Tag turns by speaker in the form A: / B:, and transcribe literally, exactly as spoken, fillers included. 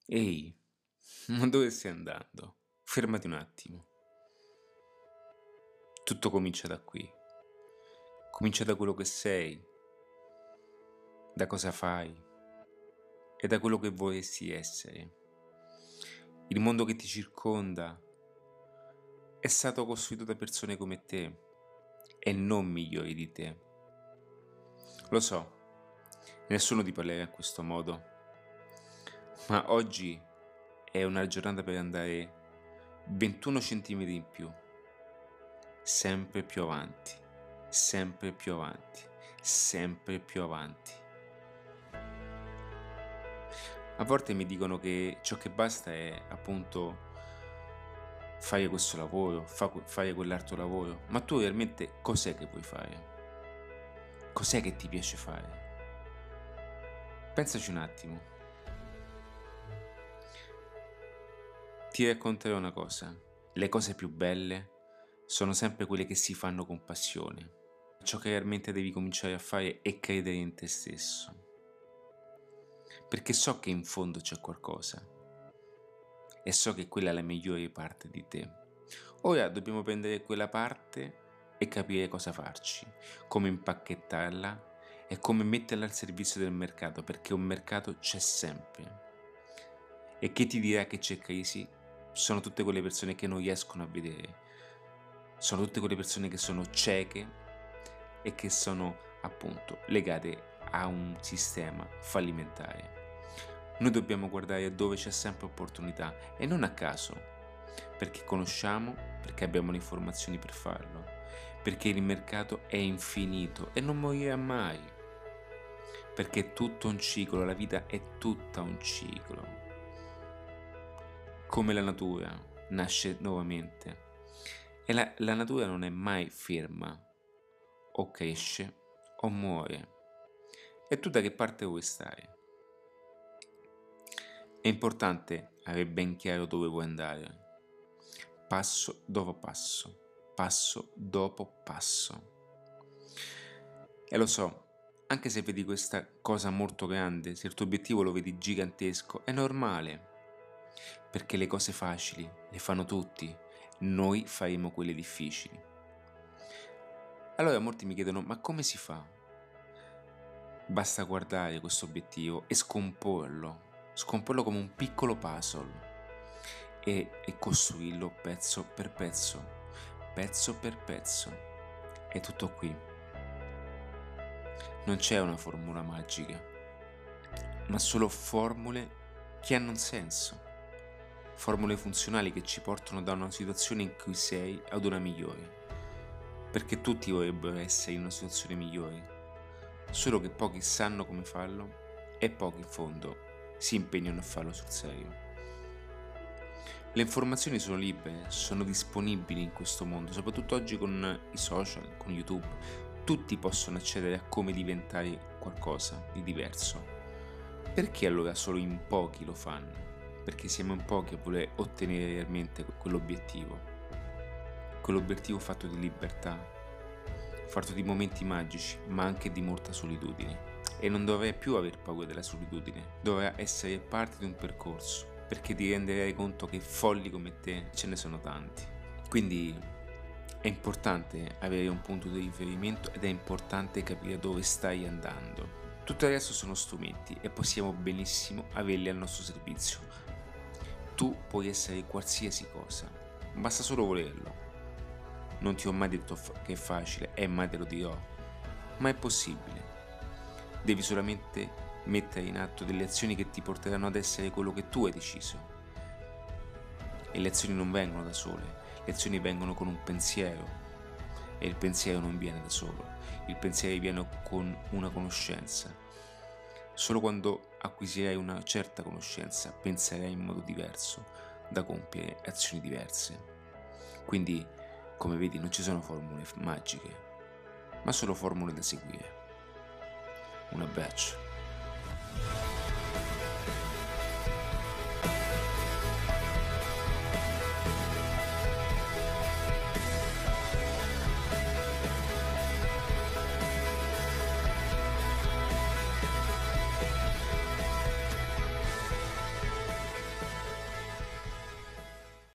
A: Ehi, ma dove stai andando? Fermati un attimo. Tutto comincia da qui. Comincia da quello che sei, da cosa fai e da quello che vorresti essere. Il mondo che ti circonda è stato costruito da persone come te e non migliori di te. Lo so, nessuno ti parlerà in questo modo, ma oggi è una giornata per andare ventuno centimetri in più, sempre più avanti, sempre più avanti, sempre più avanti. A volte mi dicono che ciò che basta è appunto fare questo lavoro, fa- fare quell'altro lavoro, ma tu realmente cos'è che vuoi fare? Cos'è che ti piace fare? Pensaci un attimo. Ti racconterò una cosa. Le cose più belle sono sempre quelle che si fanno con passione. Ciò che realmente devi cominciare a fare è credere in te stesso. Perché so che in fondo c'è qualcosa e so che quella è la migliore parte di te. Ora dobbiamo prendere quella parte e capire cosa farci, come impacchettarla e come metterla al servizio del mercato, perché un mercato c'è sempre. E chi ti dirà che c'è crisi sono tutte quelle persone che non riescono a vedere, sono tutte quelle persone che sono cieche e che sono appunto legate a un sistema fallimentare. Noi dobbiamo guardare dove c'è sempre opportunità e non a caso, perché conosciamo, perché abbiamo le informazioni per farlo, perché il mercato è infinito e non morirà mai, perché è tutto un ciclo, la vita è tutta un ciclo. Come la natura nasce nuovamente e la, la natura non è mai ferma, o cresce o muore. E tu da che parte vuoi stare? È importante avere ben chiaro dove vuoi andare, passo dopo passo, passo dopo passo. E lo so, anche se vedi questa cosa molto grande, se il tuo obiettivo lo vedi gigantesco, è normale, perché le cose facili le fanno tutti, noi faremo quelle difficili. Allora molti mi chiedono, ma come si fa? Basta guardare questo obiettivo e scomporlo, scomporlo come un piccolo puzzle e, e costruirlo pezzo per pezzo, pezzo per pezzo. È tutto qui. Non c'è una formula magica, ma solo formule che hanno un senso, formule funzionali che ci portano da una situazione in cui sei ad una migliore, perché tutti vorrebbero essere in una situazione migliore, solo che pochi sanno come farlo e pochi in fondo si impegnano a farlo sul serio. Le informazioni sono libere, sono disponibili in questo mondo, soprattutto oggi con i social, con YouTube. Tutti possono accedere a come diventare qualcosa di diverso. Perché allora solo in pochi lo fanno? Perché siamo in pochi a voler ottenere realmente quell'obiettivo. Quell'obiettivo fatto di libertà, fatto di momenti magici, ma anche di molta solitudine. E non dovrei più aver paura della solitudine, dovrà essere parte di un percorso, perché ti renderai conto che folli come te ce ne sono tanti. Quindi è importante avere un punto di riferimento ed è importante capire dove stai andando. Tutto il resto sono strumenti e possiamo benissimo averli al nostro servizio. Tu puoi essere qualsiasi cosa, basta solo volerlo. Non ti ho mai detto che è facile e mai te lo dirò, ma è possibile. Devi solamente mettere in atto delle azioni che ti porteranno ad essere quello che tu hai deciso. E le azioni non vengono da sole, le azioni vengono con un pensiero e il pensiero non viene da solo, il pensiero viene con una conoscenza. Solo quando acquisirai una certa conoscenza penserai in modo diverso da compiere azioni diverse. Quindi, come vedi, non ci sono formule magiche, ma solo formule da seguire. Un abbraccio.